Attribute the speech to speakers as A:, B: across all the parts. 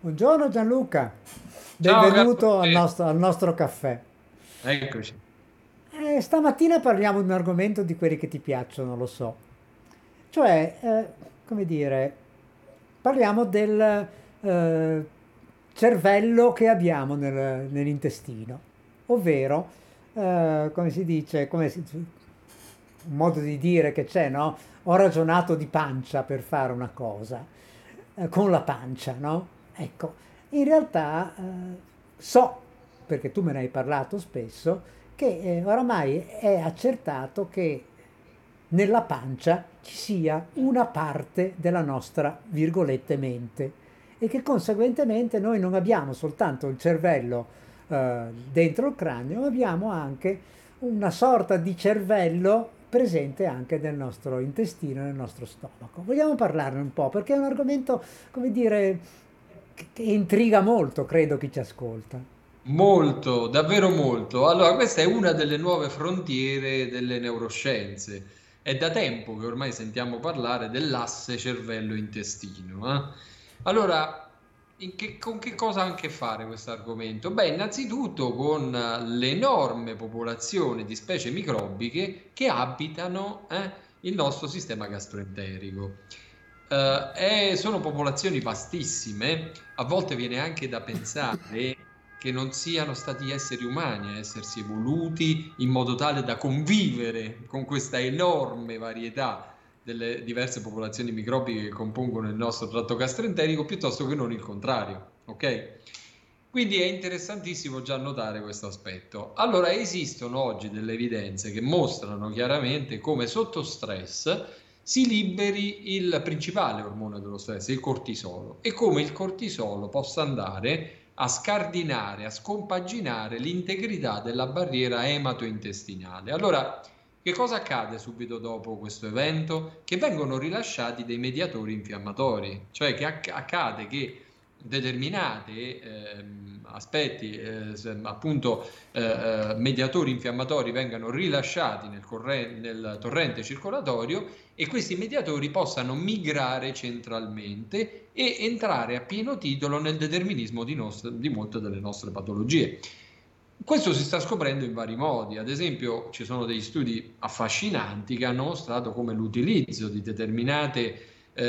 A: Buongiorno Gianluca,
B: Ciao caro
A: benvenuto al
B: Francesco,
A: nostro caffè.
B: eccoci.
A: Stamattina parliamo di un argomento di quelli che ti piacciono, lo so. Cioè, come dire, parliamo del cervello che abbiamo nell'intestino, ovvero, come si dice, un modo di dire che c'è, no? Ho ragionato di pancia per fare una cosa, con la pancia, no? Ecco, in realtà so, perché tu me ne hai parlato spesso, che oramai è accertato che nella pancia ci sia una parte della nostra, virgolette, mente e che conseguentemente noi non abbiamo soltanto il cervello dentro il cranio, ma abbiamo anche una sorta di cervello presente anche nel nostro intestino, nel nostro stomaco. Vogliamo parlarne un po' perché è un argomento, come dire, che intriga molto, credo, chi ci ascolta.
B: Molto, davvero molto. Allora, questa è una delle nuove frontiere delle neuroscienze. È da tempo che ormai sentiamo parlare dell'asse cervello-intestino. Allora, con che cosa ha a che fare questo argomento? Beh, innanzitutto con l'enorme popolazione di specie microbiche che abitano il nostro sistema gastroenterico. Sono popolazioni vastissime, a volte viene anche da pensare che non siano stati gli esseri umani a essersi evoluti in modo tale da convivere con questa enorme varietà delle diverse popolazioni microbiche che compongono il nostro tratto gastroenterico, piuttosto che non il contrario, ok? Quindi è interessantissimo già notare questo aspetto. Allora, esistono oggi delle evidenze che mostrano chiaramente come sotto stress si liberi il principale ormone dello stress, il cortisolo, e come il cortisolo possa andare a scardinare, a scompaginare l'integrità della barriera ematointestinale. Allora, che cosa accade subito dopo questo evento? Che vengono rilasciati dei mediatori infiammatori, cioè che accade che determinati aspetti, appunto mediatori infiammatori vengano rilasciati nel torrente circolatorio e questi mediatori possano migrare centralmente e entrare a pieno titolo nel determinismo di molte delle nostre patologie. Questo si sta scoprendo in vari modi, ad esempio ci sono degli studi affascinanti che hanno mostrato come l'utilizzo di determinate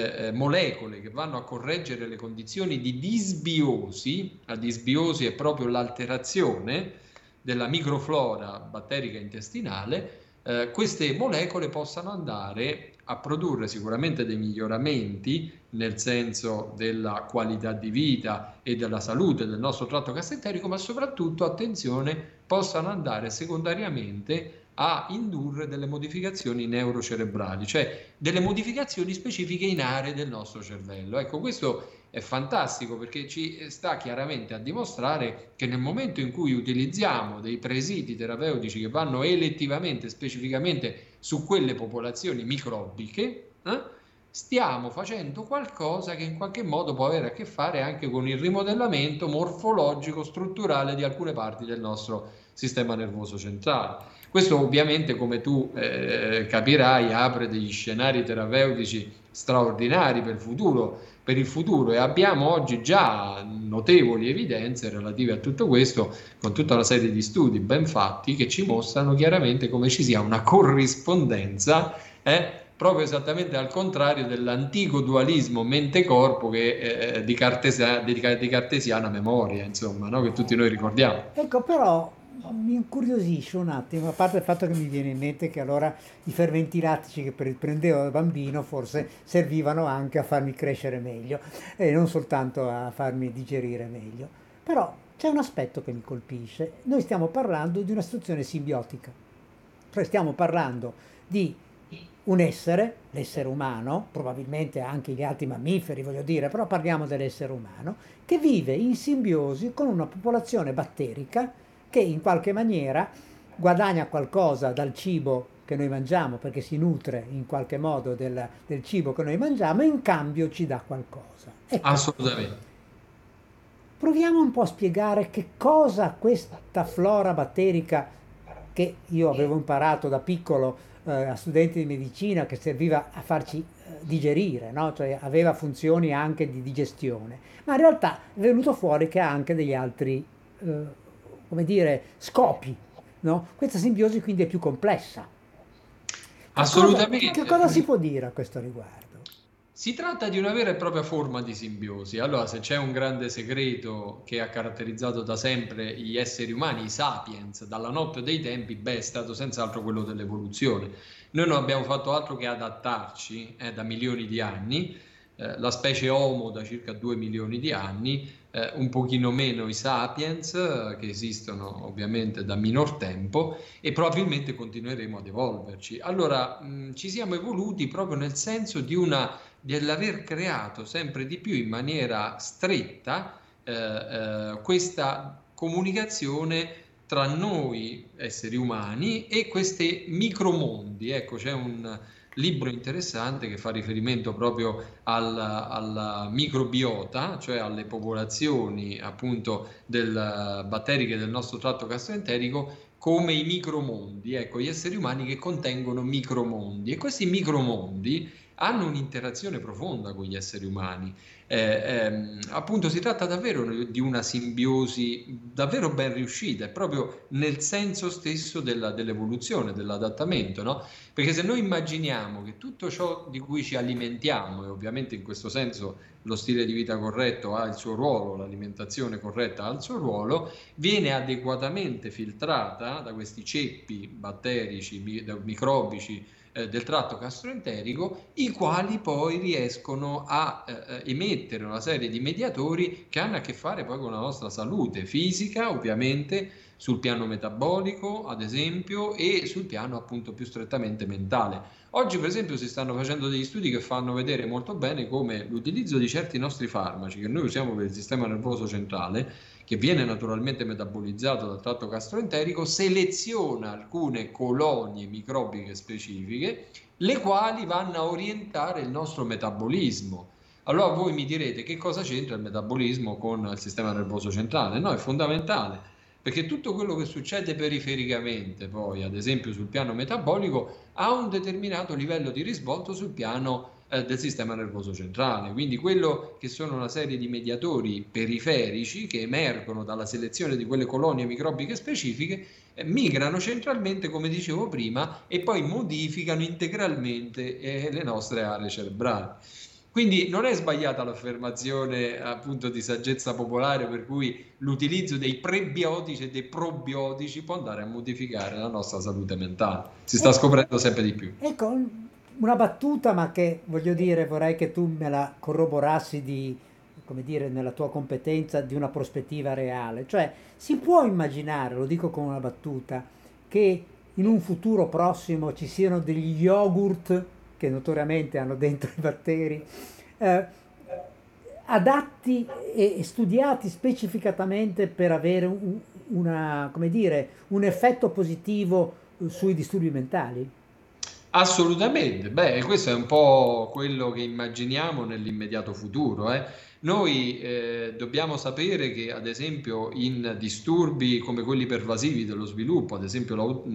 B: molecole che vanno a correggere le condizioni di disbiosi, la disbiosi è proprio l'alterazione della microflora batterica intestinale, queste molecole possano andare a produrre sicuramente dei miglioramenti nel senso della qualità di vita e della salute del nostro tratto gastroenterico, ma soprattutto, attenzione, possano andare secondariamente a indurre delle modificazioni neurocerebrali, cioè delle modificazioni specifiche in aree del nostro cervello. Ecco, questo è fantastico perché ci sta chiaramente a dimostrare che nel momento in cui utilizziamo dei presidi terapeutici che vanno elettivamente, specificamente su quelle popolazioni microbiche, stiamo facendo qualcosa che in qualche modo può avere a che fare anche con il rimodellamento morfologico, strutturale di alcune parti del nostro sistema nervoso centrale. Questo ovviamente, come tu capirai, apre degli scenari terapeutici straordinari per il futuro e abbiamo oggi già notevoli evidenze relative a tutto questo, con tutta una serie di studi ben fatti che ci mostrano chiaramente come ci sia una corrispondenza, proprio esattamente al contrario dell'antico dualismo mente-corpo di cartesiana memoria, insomma, no? Che tutti noi ricordiamo.
A: Ecco, però mi incuriosisce un attimo, a parte il fatto che mi viene in mente che allora i fermenti lattici che prendevo da bambino forse servivano anche a farmi crescere meglio e non soltanto a farmi digerire meglio. Però c'è un aspetto che mi colpisce. Noi stiamo parlando di una situazione simbiotica, cioè stiamo parlando di un essere, l'essere umano, probabilmente anche gli altri mammiferi, voglio dire, però parliamo dell'essere umano, che vive in simbiosi con una popolazione batterica che in qualche maniera guadagna qualcosa dal cibo che noi mangiamo, perché si nutre in qualche modo del cibo che noi mangiamo e in cambio ci dà qualcosa. Ecco,
B: Assolutamente.
A: proviamo un po' a spiegare che cosa questa flora batterica che io avevo imparato da piccolo a studenti di medicina che serviva a farci digerire, no? Cioè aveva funzioni anche di digestione, ma in realtà è venuto fuori che ha anche degli altri, come dire, scopi, no? Questa simbiosi quindi è più complessa. Che
B: Assolutamente.
A: cosa si può dire a questo riguardo?
B: Si tratta di una vera e propria forma di simbiosi. Allora, se c'è un grande segreto che ha caratterizzato da sempre gli esseri umani, i sapiens, dalla notte dei tempi, beh, è stato senz'altro quello dell'evoluzione. Noi non abbiamo fatto altro che adattarci da milioni di anni, la specie Homo da circa 2 milioni di anni, un pochino meno i sapiens, che esistono ovviamente da minor tempo, e probabilmente continueremo ad evolverci. Allora, ci siamo evoluti proprio nel senso dell'aver creato sempre di più in maniera stretta questa comunicazione tra noi esseri umani e questi micromondi. Ecco, c'è un libro interessante che fa riferimento proprio al microbiota, cioè alle popolazioni appunto batteriche del nostro tratto gastroenterico, come i micromondi, ecco, gli esseri umani che contengono micromondi, e questi micromondi hanno un'interazione profonda con gli esseri umani. Appunto, si tratta davvero di una simbiosi davvero ben riuscita, è proprio nel senso stesso dell'evoluzione, dell'adattamento, no? Perché se noi immaginiamo che tutto ciò di cui ci alimentiamo, e ovviamente in questo senso lo stile di vita corretto ha il suo ruolo, l'alimentazione corretta ha il suo ruolo, viene adeguatamente filtrata da questi ceppi batterici, microbici del tratto gastroenterico, i quali poi riescono a emettere una serie di mediatori che hanno a che fare poi con la nostra salute fisica, ovviamente, sul piano metabolico, ad esempio, e sul piano appunto più strettamente mentale. Oggi, per esempio, si stanno facendo degli studi che fanno vedere molto bene come l'utilizzo di certi nostri farmaci che noi usiamo per il sistema nervoso centrale, che viene naturalmente metabolizzato dal tratto gastroenterico, seleziona alcune colonie microbiche specifiche, le quali vanno a orientare il nostro metabolismo. Allora voi mi direte che cosa c'entra il metabolismo con il sistema nervoso centrale? No, è fondamentale, perché tutto quello che succede perifericamente, poi, ad esempio sul piano metabolico, ha un determinato livello di risvolto sul piano del sistema nervoso centrale. Quindi quello che sono una serie di mediatori periferici che emergono dalla selezione di quelle colonie microbiche specifiche, migrano centralmente, come dicevo prima, e poi modificano integralmente le nostre aree cerebrali. Quindi non è sbagliata l'affermazione appunto di saggezza popolare per cui l'utilizzo dei prebiotici e dei probiotici può andare a modificare la nostra salute mentale. Si sta
A: Ecco,
B: scoprendo sempre di più.
A: ecco, una battuta, ma che voglio dire, vorrei che tu me la corroborassi di, come dire, nella tua competenza di una prospettiva reale. Cioè, si può immaginare, lo dico con una battuta, che in un futuro prossimo ci siano degli yogurt che notoriamente hanno dentro i batteri, eh, adatti e studiati specificatamente per avere come dire, un effetto positivo sui disturbi mentali?
B: Assolutamente, beh, questo è un po' quello che immaginiamo nell'immediato futuro, eh. Noi dobbiamo sapere che, ad esempio, in disturbi come quelli pervasivi dello sviluppo, ad esempio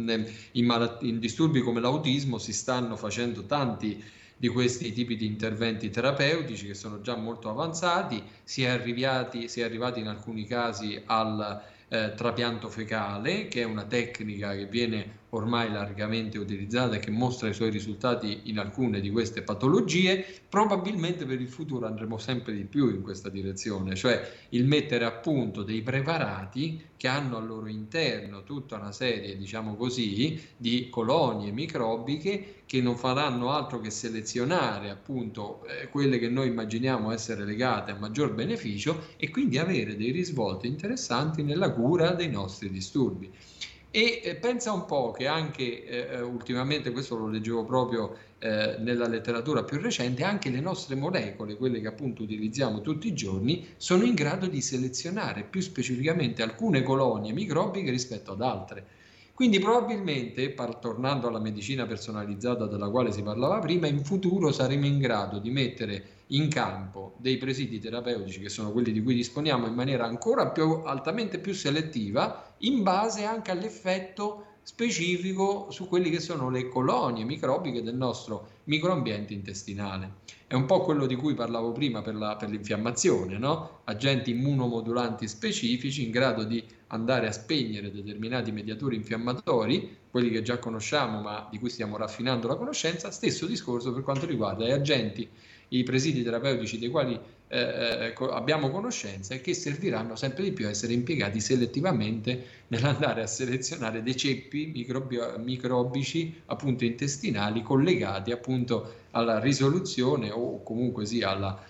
B: in disturbi come l'autismo, si stanno facendo tanti di questi tipi di interventi terapeutici che sono già molto avanzati. Si è arrivati in alcuni casi al trapianto fecale, che è una tecnica che viene ormai largamente utilizzata e che mostra i suoi risultati in alcune di queste patologie. Probabilmente per il futuro andremo sempre di più in questa direzione, cioè il mettere a punto dei preparati che hanno al loro interno tutta una serie, diciamo così, di colonie microbiche che non faranno altro che selezionare appunto quelle che noi immaginiamo essere legate a maggior beneficio, e quindi avere dei risvolti interessanti nella cura dei nostri disturbi. E pensa un po' che anche ultimamente, questo lo leggevo proprio nella letteratura più recente, anche le nostre molecole, quelle che appunto utilizziamo tutti i giorni, sono in grado di selezionare più specificamente alcune colonie microbiche rispetto ad altre. Quindi probabilmente, tornando alla medicina personalizzata della quale si parlava prima, in futuro saremo in grado di mettere in campo dei presidi terapeutici, che sono quelli di cui disponiamo, in maniera ancora più altamente più selettiva, in base anche all'effetto specifico su quelli che sono le colonie microbiche del nostro microambiente intestinale. È un po' quello di cui parlavo prima per l'infiammazione, no? Agenti immunomodulanti specifici in grado di andare a spegnere determinati mediatori infiammatori, quelli che già conosciamo ma di cui stiamo raffinando la conoscenza. Stesso discorso per quanto riguarda gli agenti, i presidi terapeutici dei quali abbiamo conoscenza e che serviranno sempre di più a essere impiegati selettivamente nell'andare a selezionare dei ceppi microbici appunto intestinali collegati appunto alla risoluzione o comunque sia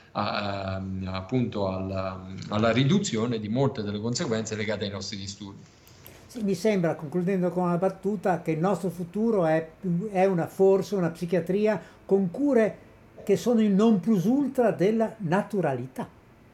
B: appunto alla riduzione di molte delle conseguenze legate ai nostri disturbi.
A: Sì, mi sembra, concludendo con una battuta, che il nostro futuro è forse una psichiatria con cure che sono il non plus ultra della naturalità.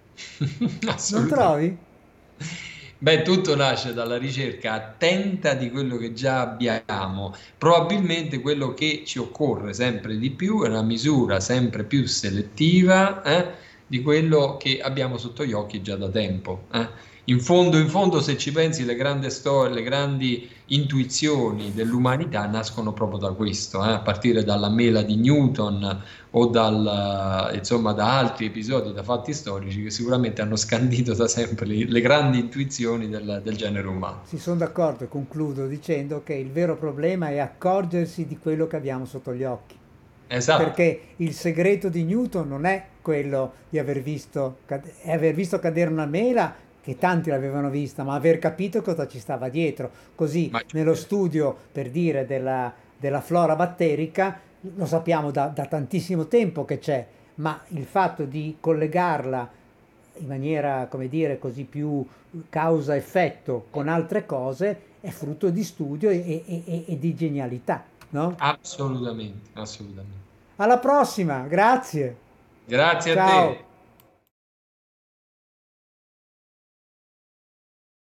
A: Non
B: Assolutamente.
A: trovi?
B: Beh, tutto nasce dalla ricerca attenta di quello che già abbiamo. Probabilmente quello che ci occorre sempre di più è una misura sempre più selettiva, di quello che abbiamo sotto gli occhi già da tempo. In fondo, se ci pensi, le grandi storie, le grandi intuizioni dell'umanità nascono proprio da questo, a partire dalla mela di Newton o insomma, da altri episodi, da fatti storici che sicuramente hanno scandito da sempre le grandi intuizioni del genere umano.
A: Sì, sono d'accordo e concludo dicendo che il vero problema è accorgersi di quello che abbiamo sotto gli occhi.
B: Esatto,
A: Perché il segreto di Newton non è quello di aver visto cadere una mela, che tanti l'avevano vista, ma aver capito cosa ci stava dietro. Così
B: ma
A: nello
B: certo.
A: studio, per dire, della flora batterica, lo sappiamo da tantissimo tempo che c'è, ma il fatto di collegarla in maniera, come dire, così più causa-effetto con altre cose è frutto di studio e di genialità, no?
B: Assolutamente, assolutamente.
A: Alla prossima, grazie.
B: Grazie a te.
A: Ciao.